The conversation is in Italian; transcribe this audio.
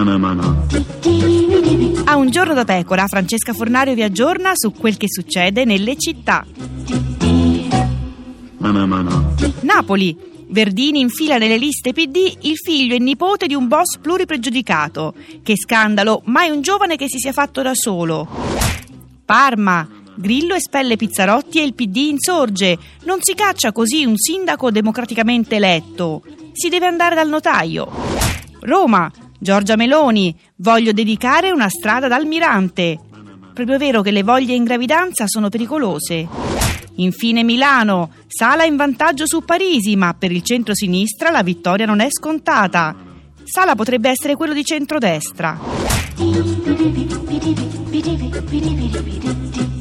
A un giorno da pecora, Francesca Fornario vi aggiorna su quel che succede nelle città. Napoli. Verdini infila nelle liste PD il figlio e nipote di un boss pluripregiudicato. Che scandalo, mai un giovane che si sia fatto da solo. Parma. Grillo espelle Pizzarotti e il PD insorge. Non si caccia così un sindaco democraticamente eletto. Si deve andare dal notaio. Roma. Giorgia Meloni. Voglio dedicare una strada ad Almirante. Proprio vero che le voglie in gravidanza sono pericolose. Infine Milano. Sala in vantaggio su Parisi, ma per il centro-sinistra la vittoria non è scontata. Sala potrebbe essere quello di centrodestra.